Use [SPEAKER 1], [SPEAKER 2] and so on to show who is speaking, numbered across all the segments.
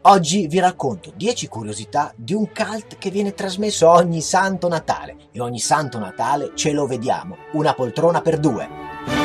[SPEAKER 1] Oggi vi racconto 10 curiosità di un cult che viene trasmesso ogni santo Natale e ogni santo Natale ce lo vediamo, una poltrona per due.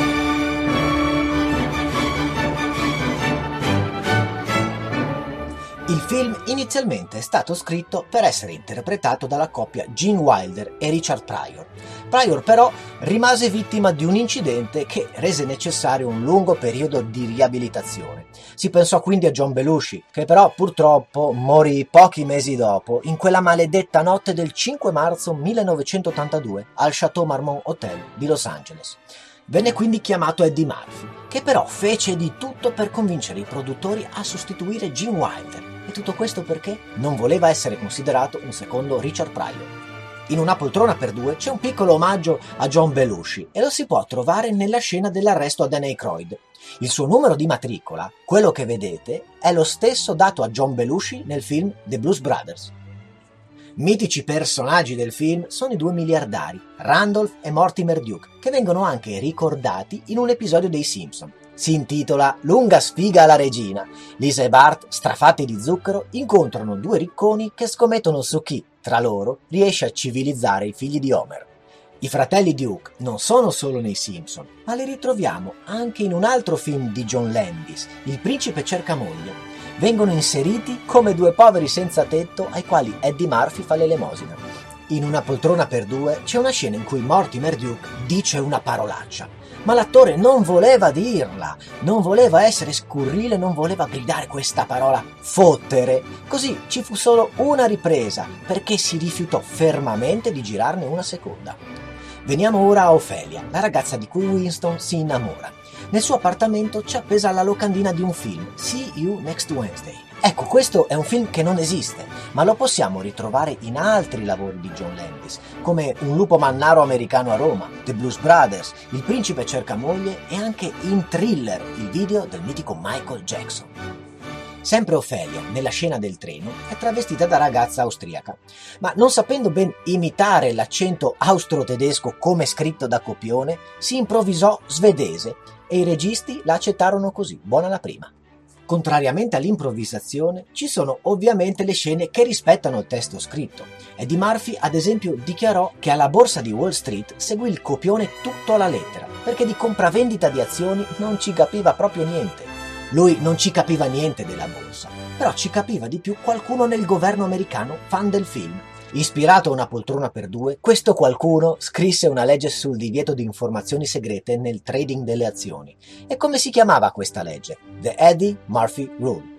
[SPEAKER 1] Il film inizialmente è stato scritto per essere interpretato dalla coppia Gene Wilder e Richard Pryor. Pryor però rimase vittima di un incidente che rese necessario un lungo periodo di riabilitazione. Si pensò quindi a John Belushi, che però purtroppo morì pochi mesi dopo, in quella maledetta notte del 5 marzo 1982 al Chateau Marmont Hotel di Los Angeles. Venne quindi chiamato Eddie Murphy, che però fece di tutto per convincere i produttori a sostituire Gene Wilder. E tutto questo perché non voleva essere considerato un secondo Richard Pryor. In Una poltrona per due c'è un piccolo omaggio a John Belushi e lo si può trovare nella scena dell'arresto a Dan Aykroyd. Il suo numero di matricola, quello che vedete, è lo stesso dato a John Belushi nel film The Blues Brothers. Mitici personaggi del film sono i due miliardari, Randolph e Mortimer Duke, che vengono anche ricordati in un episodio dei Simpson. Si intitola Lunga sfiga alla regina. Lisa e Bart, strafatti di zucchero, incontrano due ricconi che scommettono su chi, tra loro, riesce a civilizzare i figli di Homer. I fratelli Duke non sono solo nei Simpson, ma li ritroviamo anche in un altro film di John Landis, Il principe cerca moglie. Vengono inseriti come due poveri senza tetto ai quali Eddie Murphy fa l'elemosina. In Una poltrona per due c'è una scena in cui Mortimer Duke dice una parolaccia, ma l'attore non voleva dirla, non voleva essere scurrile, non voleva gridare questa parola fottere. Così ci fu solo una ripresa, perché si rifiutò fermamente di girarne una seconda. Veniamo ora a Ophelia, la ragazza di cui Winston si innamora. Nel suo appartamento c'è appesa la locandina di un film, See You Next Wednesday. Ecco, questo è un film che non esiste, ma lo possiamo ritrovare in altri lavori di John Landis, come Un lupo mannaro americano a Roma, The Blues Brothers, Il principe cerca moglie e anche in Thriller, il video del mitico Michael Jackson. Sempre Ophelia, nella scena del treno, è travestita da ragazza austriaca, ma non sapendo ben imitare l'accento austro-tedesco come scritto da copione, si improvvisò svedese e i registi la accettarono così, buona la prima. Contrariamente all'improvvisazione, ci sono ovviamente le scene che rispettano il testo scritto. Eddie Murphy, ad esempio, dichiarò che alla borsa di Wall Street seguì il copione tutto alla lettera, perché di compravendita di azioni non ci capiva proprio niente. Lui non ci capiva niente della borsa, però ci capiva di più qualcuno nel governo americano fan del film. Ispirato a Una poltrona per due, questo qualcuno scrisse una legge sul divieto di informazioni segrete nel trading delle azioni. E come si chiamava questa legge? The Eddie Murphy Rule.